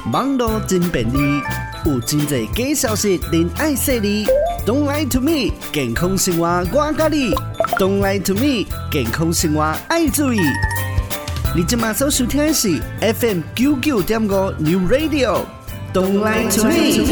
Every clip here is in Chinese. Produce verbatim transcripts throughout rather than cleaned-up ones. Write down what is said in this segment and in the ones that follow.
网络真便利，有真侪假消息，恁爱说你。Don't lie to me， 健康生活我教你。Don't lie to me， 健康生活爱注意。你今麦所收听的是 F M 九九点五 New Radio。Don't lie to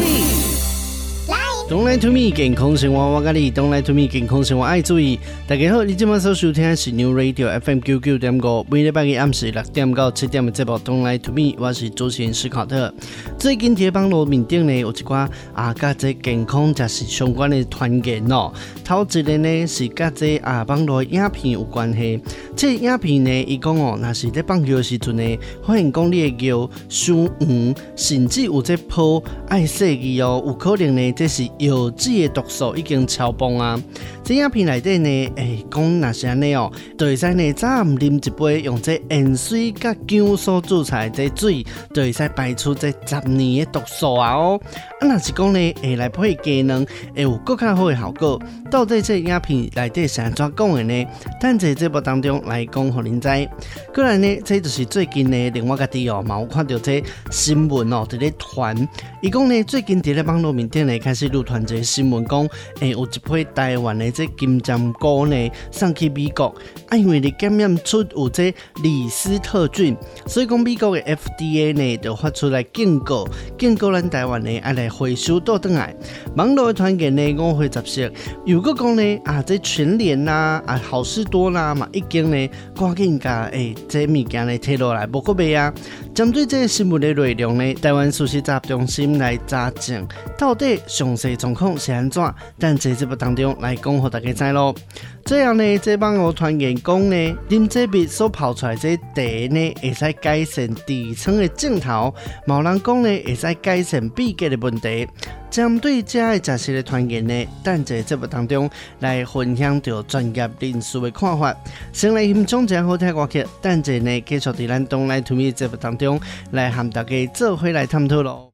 me。Don't lie to me， 健康生活我教你。Don't lie to me， 健康生活爱注意。大家好，你今晚所收听的是 New Radio F M 九九点五，每礼拜嘅暗时六点到七点的节目 Don't lie to me， 我是主持人史考特。最近喺网络面顶呢，有一寡啊，甲这健康就是相关的传言哦。头一个呢是甲这啊网络影片有关系。这影片呢，伊讲哦，若是在放尿的时阵呢，发现讲你的尿伤黄，甚至有这泡爱洗去哦，有可能呢，这是药剂的毒素已经超磅啊！这影片内底呢，诶，讲若是安尼哦，就会使呢早暗啉一杯用这盐水甲姜所煮出来这水，就会使排出这十年的毒素啊哦！啊，若是讲呢，会来配鸡卵，会有更较好的效果。到底这影片内底是安怎讲的呢？咱在节目当中来讲，互恁知。过来呢，这就是最近呢，另外家己哦，嘛有看到这新闻哦，伫咧传。伊讲呢，最近伫咧网络面顶呢，开始流传一个新闻，讲诶，有一批台湾的这金针菇呢，送去美国，啊，因为你检验出有这李斯特菌，所以讲美国的 F D A 呢，就发出来警告，警告咱台湾呢，爱来回收倒转来。网络的传言呢，五花十色。如果讲呢，啊，这全联啦，啊，好事多啦，嘛，已经呢，赶紧甲诶，这物件呢摕落来，无搁卖啊。针对这个新闻的内容呢，台湾事实查中心来查证，到底详细状况是安怎？但在节目当中来讲，互大家知咯。这样呢，这网络传言讲呢，啉这蜜所泡出来这茶呢，会使改善痔疮的症头，某人讲呢，会使改善闭结的问题。针对这个假实的传言呢，但在节目当中来分享到专业人士的看法。先来欣赏一下好听歌曲，但在呢继续在咱Don't lie to me节目当中来和大家做伙来探讨咯。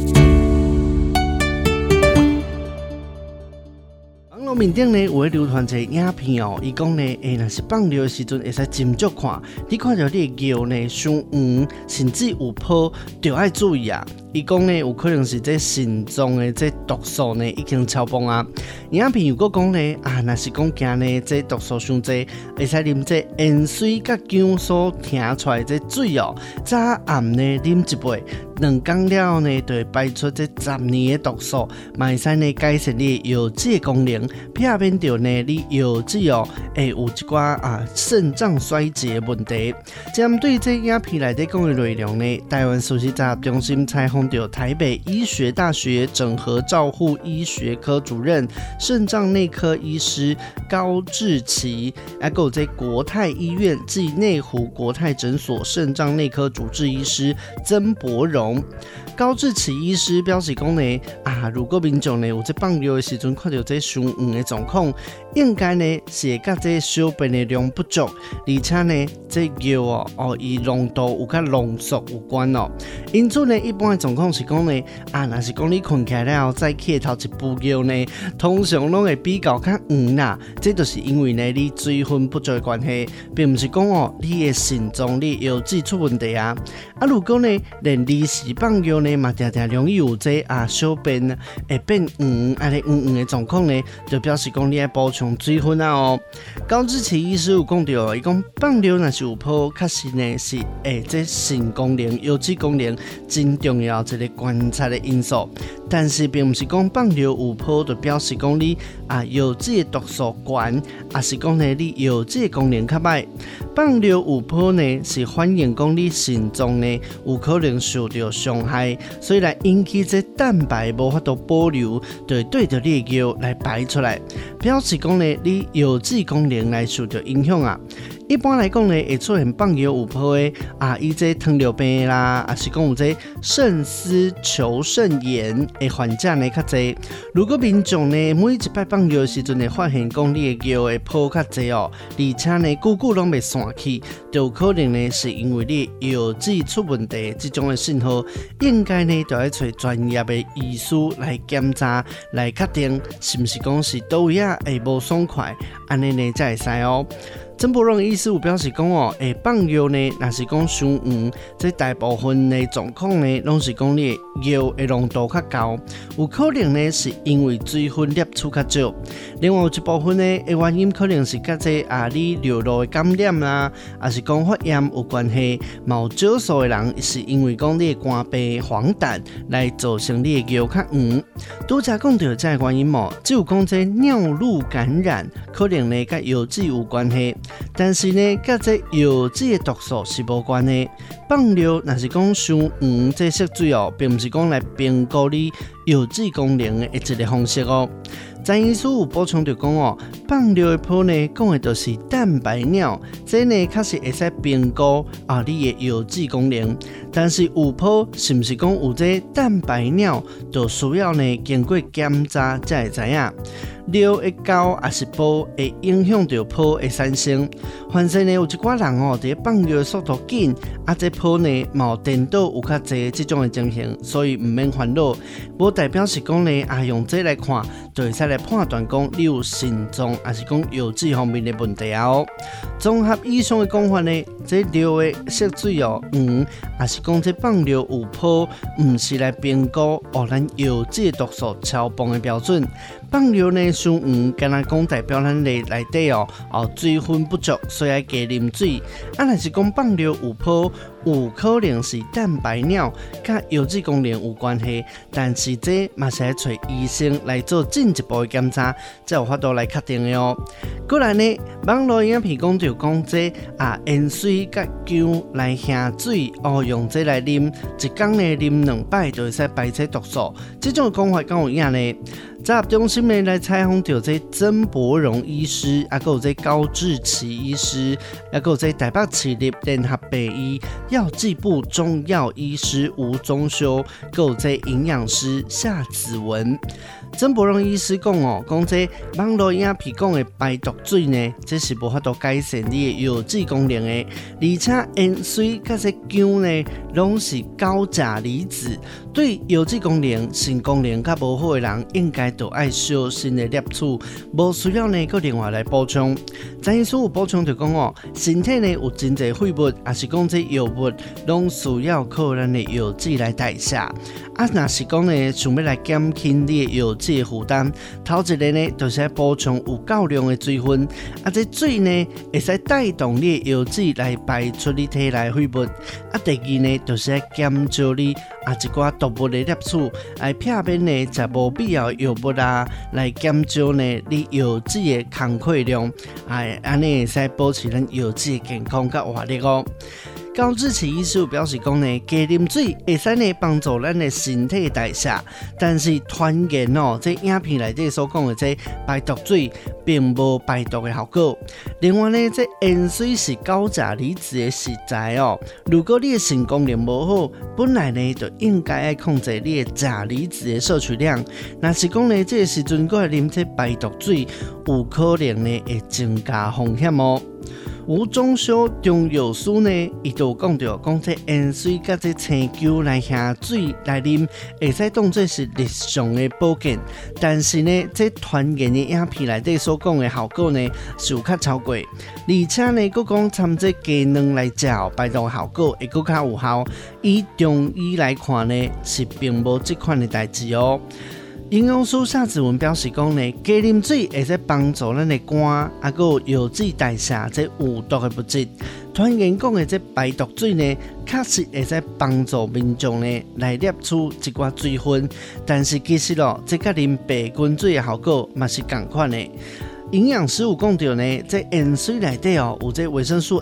网络面顶呢有咧流传一个影片哦，伊讲呢，诶，若是放尿的时阵会使斟酌看，你看到你的尿呢伤黄，甚至有泡，就要注意啊。伊讲呢，有可能是这肾脏的这毒素呢已经超磅啊。影片如果讲呢，啊，若是讲惊呢，这毒素伤济，会使啉这盐水甲姜所听出来这水哦，早暗呢啉一杯，两工了呢，就会排出这十年的毒素，嘛会使呢改善你药剂的功能，避免掉呢你药剂哦，会有一寡啊肾脏衰竭的问题。针对这影片内底讲的内容呢，台湾事实查中心采访到台北医学大学整合照护医学科主任、肾脏内科医师高志奇，还有在国泰医院暨内湖国泰诊所肾脏内科主治医师曾博荣。高志奇医师表示讲呢，啊，如果民众呢有在放尿的时阵看到这伤黄的状况，应该呢是甲这小便的量不足，而且呢这尿哦哦伊浓度有甲浓缩有关哦。因此呢，一般的状况是讲呢，啊，若是讲你困起来了后再起头一步尿呢，通常拢会比较较黄啦。这就是因为呢你水分不足的关系，并不是讲哦你的肾脏你药剂出问题啊。啊，如果呢连离时放尿呢嘛，常常容易有这啊小便会变黄，啊咧黄黄的状况呢，就表示讲你要补充水分啊哦。高志奇医师有讲到，伊讲放尿若是有泡，确实呢是诶这肾功能、药剂功能真重要一个观察的因素。但是并不是讲放尿有泡就表示讲你啊药剂的毒素高，也是讲呢你药剂的功能较歹。放尿有泡呢是反映讲你肾脏呢有可能受到伤害，所以来引起这蛋白无法度保留，就会对着你的尿来排出来，表示讲呢你药剂功能来受到影响啊。一般来讲呢，会出现放尿有泡的啊，以这糖尿病啦，还是讲有这肾丝球肾炎的患者呢较侪。如果民众呢每一摆放尿的时阵，会发现讲你的尿会泡较侪哦，而且呢久久拢未散去，就有可能呢是因为你药剂出问题，这种的信号应该呢就要找专业的医师来检查，来确定是不是讲是倒位啊会无爽快，安尼呢才会使哦。 曾博荣医师有表示讲哦，下放药呢，若是讲伤黄，这大部分的状况呢，拢是讲你的药的浓度较高，有可能呢是因为水分摄取较少。另外有一部分呢的原因可能是甲这啊你尿路的感染啦，也是讲发炎有关系。嘛有少数的人是因为讲你的肝病黄疸来造成你的药较黄。拄则讲到这个原因哦，只有讲这尿路感染可能呢甲药剂有关系。但是呢，甲这药剂的毒素是无关的。放尿若是讲伤黄，这色水哦，并不是讲来评估你药剂功能的一个方式哦。詹医师有补充着讲哦，放尿的泡呢，讲的就是蛋白尿，这呢确实会使评估啊你的药剂功能。但是有泡是不是讲有这蛋白尿，就需要呢经过检查才会知影。尿的高还是泡会影响到泡的产生。反正呢，有一寡人哦，伫放尿的速度紧，啊，这泡呢嘛有颠倒有较侪这种的情形，所以唔免烦恼。无代表是讲呢，啊用这来看，就会使来判断讲你有肾脏还是讲药剂方面的问题哦。综合以上的讲法呢，这尿的色水哦黄，还是讲这放尿有泡，唔是来评估哦咱药剂毒素超磅的标准。放尿呢伤黄，敢若讲代表咱内内底哦哦水分不足，所以要加啉水。啊，若是讲放尿有泡，有可能是蛋白尿，甲药剂功能有关系。但是这嘛是要找医生来做进一步的检查，才有法度来确定的哦。过来呢，网络影片讲就讲这啊盐水甲姜来下水哦，用这来啉，一天呢啉两摆就会使排出毒素。这种讲法敢有影呢？集中心呢来采访到这曾博荣医师，啊，还有这高志奇医师，啊，还有这台北市立联合北医药剂部中药医师吴宗修，还有这营养师夏子文。曾博荣医师讲哦，讲这网络影片讲的排毒水呢，这是无法度改善你的药剂功能的，而且盐水甲这姜呢，拢是高钾离子，对药剂功能、肾功能较无好的人，应该都爱小心的摄取，无需要呢，佮另外来补充。詹医师有补充就讲哦，身体呢有真侪废物，也是讲这药物，拢需要靠咱的药剂来代谢。啊，若是讲呢，想要来减轻你的药剂的负担，头一个呢，就是要补充有够量的水分。啊，这水呢，会使带动你的药剂来排出你体内废物。啊，第二呢，就是要减少你啊一寡毒物的摄取，来避免呢食无必要的药物啊，来减少呢你药剂的空溃量，哎，安尼会使保持咱药剂的健康甲活力哦。高志奇医师表示讲呢，加啉水会使呢帮助咱的身体代谢，但是传言哦，这影片内底所讲的这排毒水并无排毒的效果。另外呢，这盐水是高钾离子的食材哦，如果你的肾功能无好，本来呢就应该要控制你的钾离子的摄取量。若是讲呢，这个时阵搁来啉这排毒水，有可能呢会增加风险哦。吴宗修中药师呢，伊就讲到，讲这盐水甲这青椒来下水来啉，会使当作是日常的保健。但是呢，这传言的影片内底所讲的效果呢，是有较超过，而且呢，佫讲掺这鸡卵来食，排毒效果会佫较有效。以中医来看呢，是并无这款的代志哦。营养师夏子文表示讲呢，加啉水会使帮助咱的肝，啊，还有药剂代谢这有毒的物质。传言讲的这排毒水呢，确实会使帮助民众呢来摄取一寡水分，但是其实咯，这甲啉白滚水的效果嘛是同款的。营养师有讲到呢，这盐水内底哦有这维生素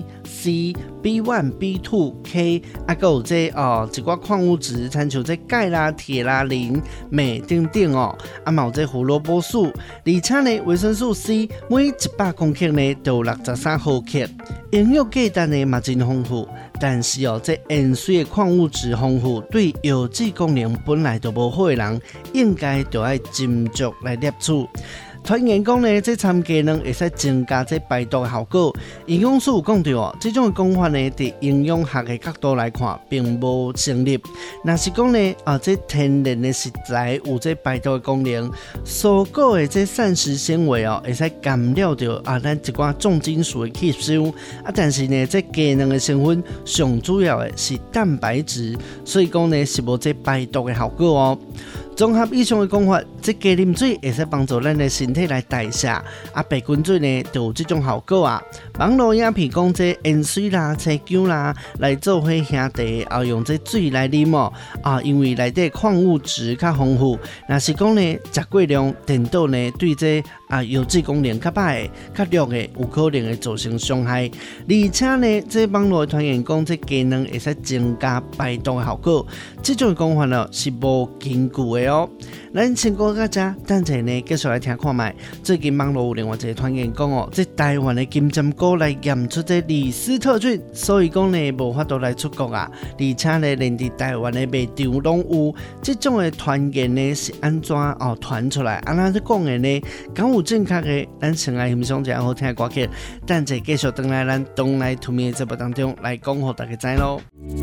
A、C、B 一、B 二、K， 啊，还有这哦一寡矿物质，参像这钙啦、铁啦、磷、镁等等哦，啊嘛有这胡萝卜素，而且呢维生素 C 每一百公克呢都有六十三毫克，营养价值呢嘛真丰富。但是哦，这盐水的矿物质丰富，对药剂功能本来就无好的人，应该就要斟酌来摄取。 传言讲呢，这参加呢会使增加这排毒的效果。营养师有讲到哦，这种讲法呢，在营养学的角度来看，并无成立。若是讲呢，啊，这天然的食材有这排毒的功能，蔬果的这膳食纤维哦，会使干扰到啊咱一寡重金属的吸收。啊，但是呢，这鸡卵的成分上主要的是蛋白质，所以讲呢是无这排毒的效果哦。综合以上的讲法，这鸡啉水会使帮助咱的身体来代谢，啊，白滚水呢就有这种效果啊。网络影片讲这盐水啦、青姜啦来做伙兄弟，后用这水来啉哦，啊，因为内底矿物质较丰富。若是讲呢，食过量电脑呢对这啊油脂功能较歹的、较弱的，有可能会造成伤害。而且呢，这网络传言讲这鸡卵会使增加排毒的效果，这种讲法呢是无根据的。咱先讲到这，等下呢继续来听看卖。最近网络有另外一个传言讲哦，这台湾的金针菇来验出这李斯特菌，所以讲呢无法度来出国啊，而且呢连伫台湾的卖场拢有。这种的传言呢是安怎哦传出来？安怎讲的呢？敢有正确的？咱先来欣赏一下好听的歌曲，等下继续回来咱东来土面的节目当中来讲，互大家知咯。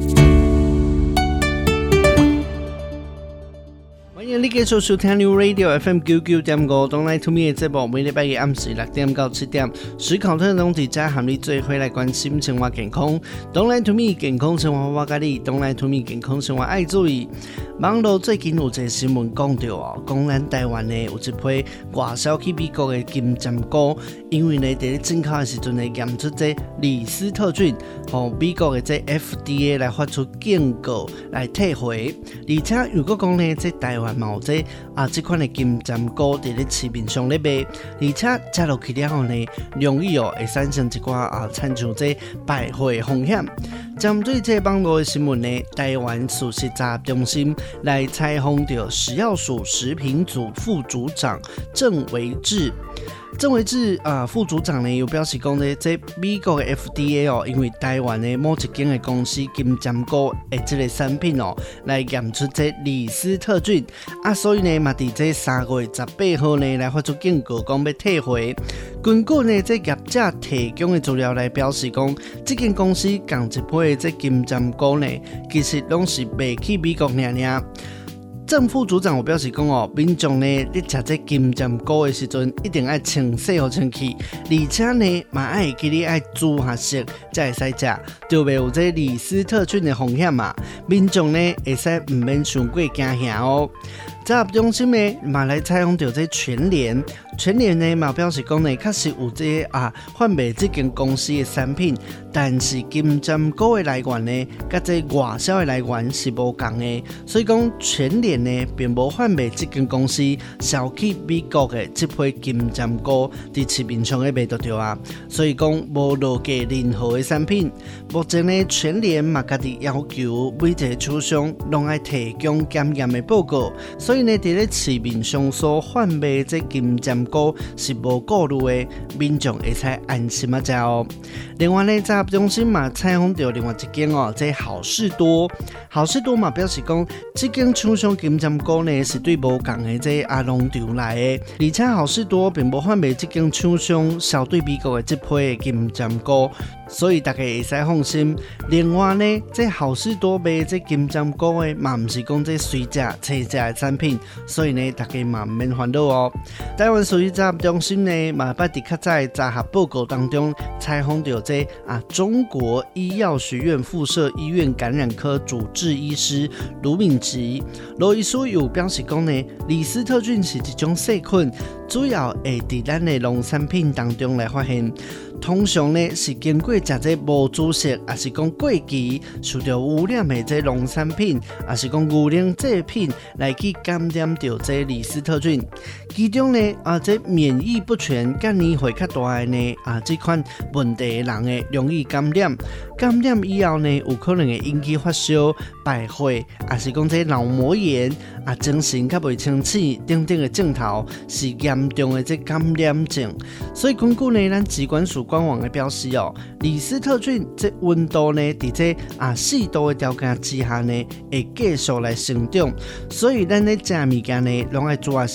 欢迎你继续收听 New Radio F M 九九点五，东来 to me 的节目，每礼拜日暗时六点到七点，思考特拢伫遮含你做伙来关心生活健康。东来 to me 健康生活我甲你，东来 to me 健康生活爱注意。网络最近有一个新闻讲到哦，讲咱台湾呢有一批外销去美国的金针菇，因为呢伫咧进口的时阵呢验出这李斯特菌，互美国的这 F D A 来发出警告来退回。而且如果讲呢，这台湾嘛有这啊这款的金针菇伫咧市面上咧卖，而且食落去了后呢，容易哦会产生一寡啊产生这败坏风险。针对这网络的新闻呢，台湾素食查中心来采访到食药署食品组副组长郑维志。郑维志啊、呃，副组长呢，有表示讲呢，这美国的 F D A 哦，因为台湾的某一间的公司金针菇的这个产品哦，来验出这李斯特菌啊，所以呢，嘛伫这三月十八号呢，来发出警告，讲要退回。根据呢，这业者提供的资料来表示讲，这间公司共一批的这金针菇呢，其实拢是卖去美国尔尔。郑副组长有表示讲哦，民众呢，你食这金针菇的时阵，一定爱清洗好清气，而且呢，嘛爱记得爱煮下色才会使食，就袂有这李斯特菌的风险嘛。民众呢，会使唔免伤过惊吓哦。查核中心呢，嘛来采访到这全联，全联呢嘛表示讲呢，确实有这啊贩卖这间公司的产品，但是金针菇的来源呢，甲这外销的来源是无同的，所以讲全联呢并无贩卖这间公司销去美国的这批金针菇伫市面上的卖得到啊，所以讲无落价任何的产品。目前呢，全联嘛家己要求每一个厂商拢爱提供检验的报告，所以。所以呢，伫咧市面上所贩卖这金针菇是无顾虑的，民众会使安心啊食哦。另外呢，查核中心嘛采访到另外一间哦，这好事多，好事多嘛表示讲，这间厂商金针菇呢是对无共的这阿农场来的，而且好事多并无贩卖这间厂商销对美国的这批的金针菇，所以大家会使放心。另外呢，这好事多卖这金针菇的嘛，唔是讲这随食切食的产品。所以呢，大家嘛唔免烦恼哦。台湾数据查核中心呢，嘛捌伫较早的查核报告当中采访到这啊中国医药学院附设医院感染科主治医师卢敏吉，卢医师有表示讲呢，李斯特菌是一种细菌，主要会伫咱的农产品当中来发现。通常呢是经过食这无煮熟，也是讲过期受到污染的这农产品，也是讲牛奶制品来去感染到这李斯特菌。其中呢啊，这免疫不全、甲年岁较大的呢啊，这款问题的人呢容易感染。感染以后呢，有可能会引起发烧、败血，也是讲这脑膜炎啊、精神较袂清醒等等的症头，是严重的这感染症。所以根据呢，咱疾管署官网的表示哦，李斯特菌这温度呢，伫这啊四度的条件之下呢，会继续来生长。所以咱咧食物件呢，拢爱煮下熟，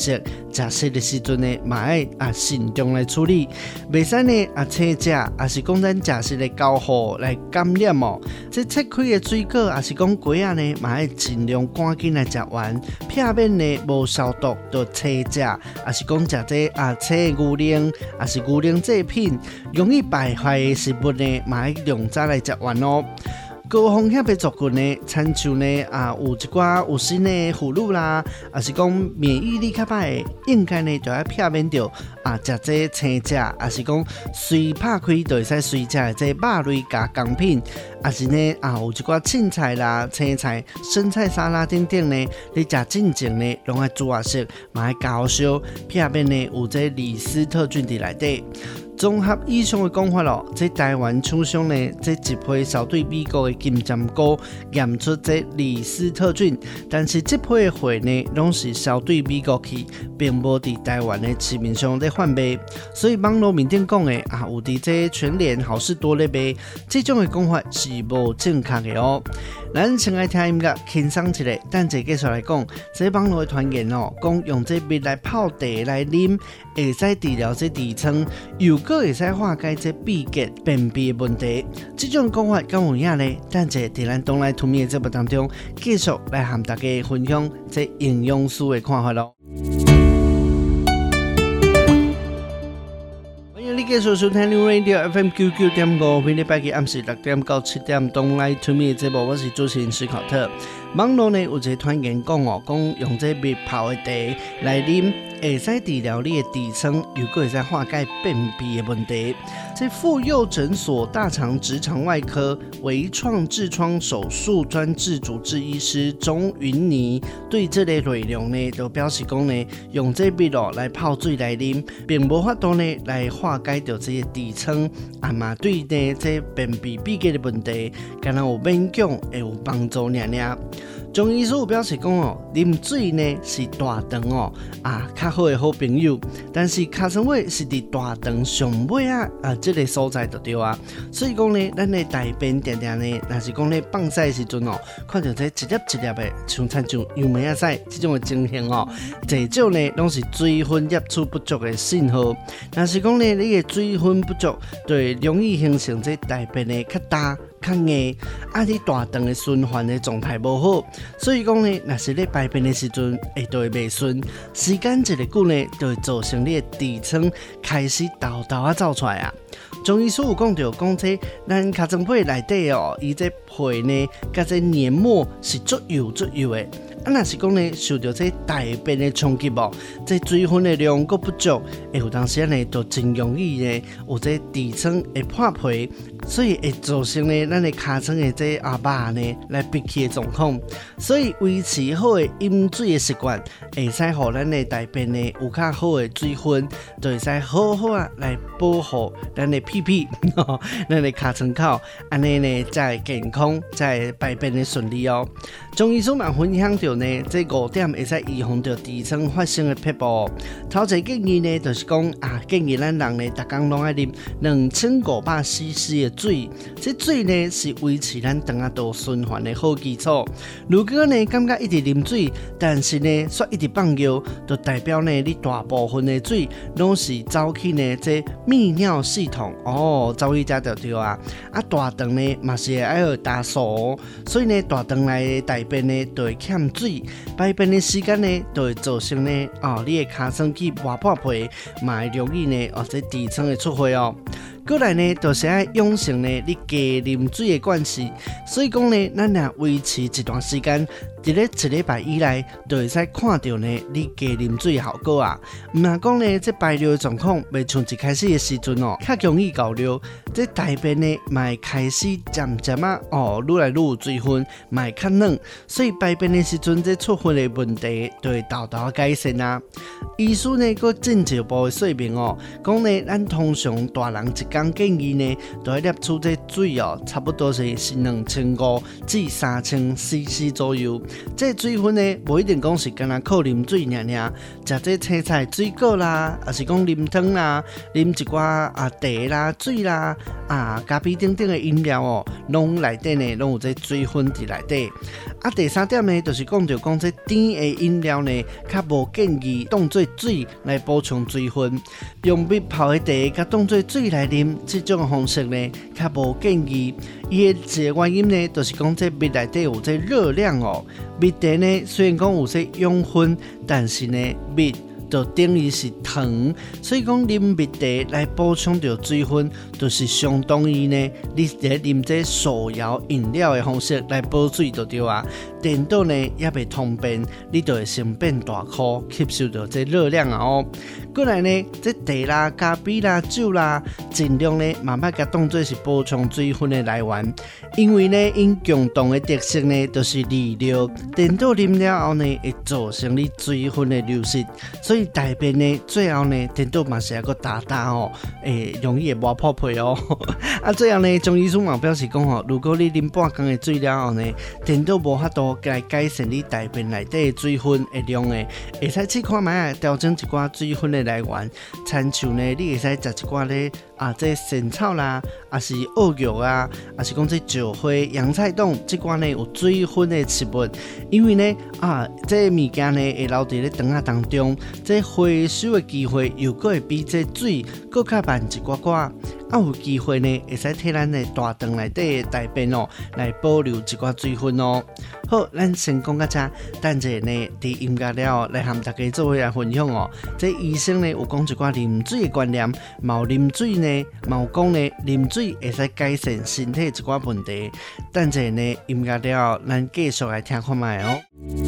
食食的时阵呢，嘛爱啊慎重来处理，袂使呢啊青食，也是讲咱食食的交互来感染哦。这切开的水果，也是讲果仔呢，嘛爱尽量赶紧来食完，避免呢无消毒就青食，也是讲食这啊青的牛奶，也是牛奶制品，容易败坏的食物呢，嘛爱量早来食完哦。高风险的族群呢，亲像呢啊，有一寡有新的妇女啦，也是讲免疫力较歹的，应该呢就要避免掉啊，食这青食，也是讲随拍开就会使随食的这肉类加工品，也是呢啊，有一寡凊彩啦、青菜、生菜沙拉等等呢，你食进前呢，拢爱煮下色，嘛爱加好烧，避免呢有这李斯特菌伫内底。综合以上的讲法咯，这台湾厂商呢，这一批销对美国的金针菇验出这李斯特菌，但是这批的货呢，拢是销对美国去，并无伫台湾的市面上在贩卖。所以网络面顶讲的啊，有伫这全联、好事多咧卖，这种的讲法是无正确的哦。咱先来听音乐，轻松一下。等者继续来讲，这网络的传言哦，讲用这蜜来泡茶来啉，会使治疗这痔疮，又个会使化解这闭结、便秘的问题。这种讲法敢有影呢？等者伫咱东来图面的节目当中，继续来和大家分享这营养师的看法咯。你继续收听 New Radio F M 九九点五，每礼拜日暗时六点到七点，东来推面的节目，我是主持人史考特。网络呢有一个传言讲哦，讲用这蜜泡的茶来啉，会使治疗你的痔疮，又个会使化解便秘的问题。这妇幼诊所大肠直肠外科微创痔疮手术专治主治医师钟云妮对这类内容呢，就表示讲呢，用这蜜哦来泡水来啉，并无法度呢来化解掉这些痔疮，啊嘛对呢这便秘闭结的问题，敢若有勉强会有帮助尔尔。钟医师有表示讲哦，啉水呢是大肠哦啊较好的好朋友，但是尻川尾是伫大肠上尾啊啊这个所在就对啊，所以讲呢，咱的大便定定呢，若是讲咧放屎的时阵哦，看到这一粒一粒的，像亲像油梅仔屎这种的情形哦，这种呢拢是水分摄取不足的信号。若是讲呢，你的水分不足，就会容易形成这大便的较大。较硬，啊！你大肠的循环的状态无好，所以讲呢，若是你排便的时阵，会都会袂顺，时间一个久呢，就会造成你的痔疮开始豆豆啊走出来啊。中医师有讲到，讲这咱尻川皮内底哦，伊这皮呢，甲这黏膜是足油足油的。啊，若是讲呢，受到这大便的冲击哦，这水分的量阁不足，会有当时呢，就真容易呢，有这痔疮会破皮，所以会造成呢，咱的尻川的这阿肉呢，来闭气的状况。所以维持好的饮水的习惯，会使让咱的大便呢有较好的水分，就会使好好啊来保护咱的屁屁，咱的尻川口，安尼呢才会健康，才会排便的顺利哦。中医师嘛分享到呢，这五点会使预防到痔疮发生的撇步。头一个建议呢，就是讲啊，建议咱人呢，逐工拢爱啉两千五百 C C 的水。这水呢是维持咱肠仔道循环的好基础。如果呢感觉一直啉水，但是呢却一直放尿，就代表呢你大部分的水拢是走去呢这泌尿系统哦，走去遮就对啊。啊大肠呢嘛是会爱打扫，所以呢大肠内的大便呢就会欠水，排便的时间呢就会造成呢哦你的尻川去磨破皮，嘛会容易呢哦这痔疮的出血哦。过来呢，就是爱养成呢你加啉水的惯势，所以讲呢，咱若维持一段时间，伫咧一礼拜以内，就会使看到呢你加啉水的效果啊。毋若讲呢，这排尿的状况袂像一开始的时阵哦，较容易搞尿，这大便呢，嘛会开始渐渐啊哦，愈来愈有水分，嘛会较软，所以排便的时阵，这出血的问题就会豆豆改善啊。医师呢，佫进一步的说明哦，讲呢，咱通常大人一工建议呢，就要摄取这水哦，差不多是是两千五至三千 C C 左右。这水分呢，无一定讲是干那靠啉水尔尔，食这青菜、水果啦，还是讲啉汤啦，啉一寡啊茶啦、水啦， 啊咖啡等等的饮料哦，拢内底呢拢有这水分伫内底。啊，第三点呢，就是讲到讲这甜的饮料呢，较无建议当做水来补充水分。用蜜泡的茶甲当做水来啉，这种方式呢，较无建议。伊的一个原因呢，就是讲这蜜内底有这热量哦。蜜茶呢，虽然讲有这养分，但是呢，蜜就等于是糖，所以讲啉蜜茶来补充到水分，就是相当于呢，你在啉这手摇饮料的方式来补水就对啊。颠倒呢也袂通便，你就会先变大颗，吸收到这热量啊哦。过来呢，这茶啦、咖啡啦、酒啦，尽量呢慢慢甲当做是补充水分的来源，因为呢因共同的特色呢都、就是利尿，颠倒啉了后呢会造成你水分的流失，所以大便呢最后呢颠倒嘛是一个大大哦，诶容易会磨破皮哦。啊，最后呢中医师嘛表示讲哦，如果你啉半缸的水了后呢，颠倒无法度来改善你大便内底的水分的量的，会使试看卖啊调整一寡水分的来源，亲像呢你会使食一寡咧啊这仙草啦，啊是澳肉啊，啊是讲这石花、洋菜冻这寡呢有水分的食物，因为呢啊这物件呢会留伫咧肠仔当中，这回收的机会又搁会比这水搁较慢一寡寡。啊，有机会呢，会使替咱的大肠内底的大便哦，来保留一寡水分哦。好，咱先讲到这，等者呢，伫音乐了来和大家做伙来分享哦。这医生呢有讲一寡啉水的观念，冇啉水呢，冇讲呢，啉水会使改善身体一寡问题。等者呢，音乐了，咱继续来听看卖哦。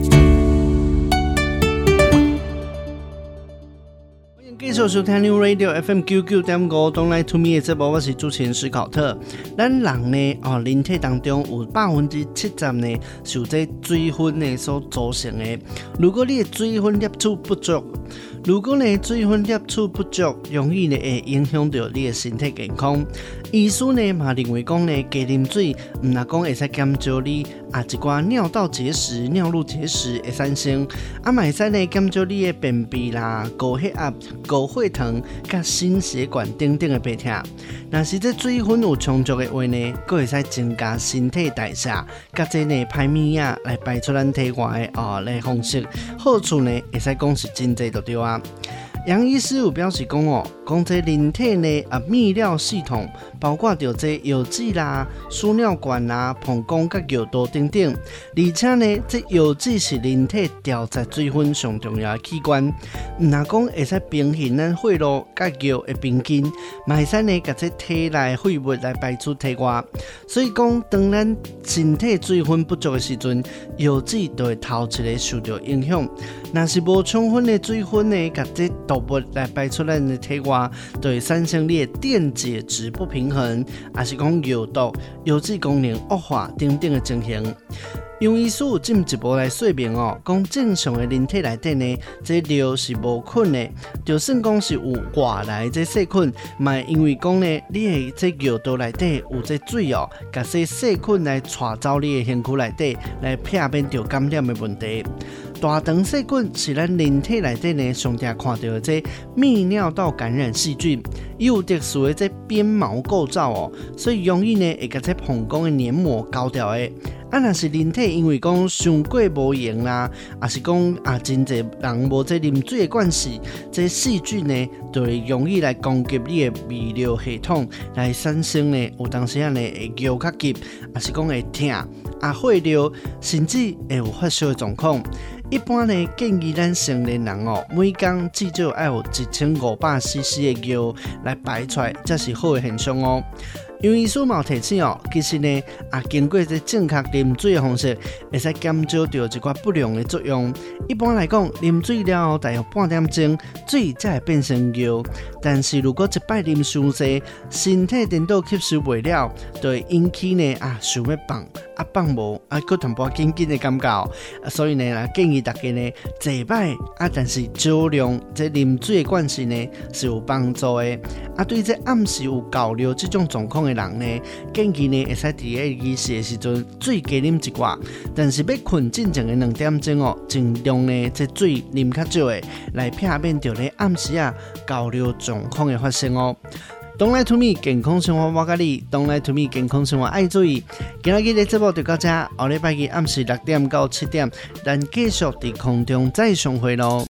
继续收听 New Radio F M 九九点五，Don't Lie to Me 的节目，我是主持人史考特。咱人呢，哦，人体当中有百分之七十呢，受这水分呢所组成的。如果你的水分摄取不足，如果呢水分摄取不足，容易呢会影响到你的身体健康。医师呢嘛认为讲呢，加啉水，唔那讲会使减少你啊一寡尿道结石、尿路结石的产生，啊嘛会使呢减少你的便秘啦、高血压、高血糖、甲心血管等等的病痛。若是这水分有充足的话呢，佫会使增加身体代谢，甲这呢排物啊来排出咱体外的哦来方式，好处呢会使讲是真济就对啊。杨医师有表示讲哦，讲这人体呢啊泌尿系统包括着这腰子啦、输尿管啦、膀胱甲尿道等等，而且呢，这腰子是人体调节水分上重要的器官，唔那讲会使平衡咱血路甲尿的平均，嘛会使呢甲这体内废物来排出体外。所以讲，当咱身体水分不足的时阵，腰子就会头一个受到影响。若是无充分的水分呢，甲这毒物来排出咱的体外，就会产生你的电解质不平衡，也是讲药毒、腰子功能恶化等等的情形。杨医师有进一步来说明哦，讲正常的人体内底呢，这尿是无菌的，就算讲是有外来这细菌，嘛因为讲呢，你的这尿道内底有这水哦，甲这细菌来带走你的身躯内底，来避免掉感染的问题。大肠细菌是咱人体内底呢常常看到的这泌尿道感染细菌，伊有特殊的这鞭毛构造哦，所以容易呢会甲这膀胱的黏膜搞掉的。啊，若是人体因为讲伤过无用啦，也是讲啊真侪人无这啉水的关系，这细菌呢就会容易来攻击你的泌尿系统，来产生呢有当时啊呢会尿较急，也是讲会痛、啊血尿，甚至会有发烧的状况。一般呢，建议咱成年人哦，每天至少要有一千五百 C C 的尿来排出来，这是好的现象哦。因为医师嘛提醒哦，其实呢，啊经过这正确啉水的方式，会使减少掉一寡不良的作用。一般来讲，啉水了后大约半点钟，水才会变成尿。但是如果一摆啉伤济，身体颠倒吸收袂了，就会引起呢啊想要放啊放无啊，佫淡薄紧紧的感觉。啊，所以呢，建议大家呢，一摆啊，但是少量这啉水的关系呢是有帮助的。啊，对这暗时有够尿这种状况的人呢，建议呢会使伫咧仪式的时阵水加啉一寡，但是要困进前的两点钟哦，尽量呢这水啉较少的，来避免掉咧暗时啊高尿状况的发生哦。 Don't Lie to Me 健康生活我甲你 Don't Lie to Me 健康生活爱注意。今仔日的节目就到这，下礼拜日暗时六点到七点，咱继续伫空中再相会咯。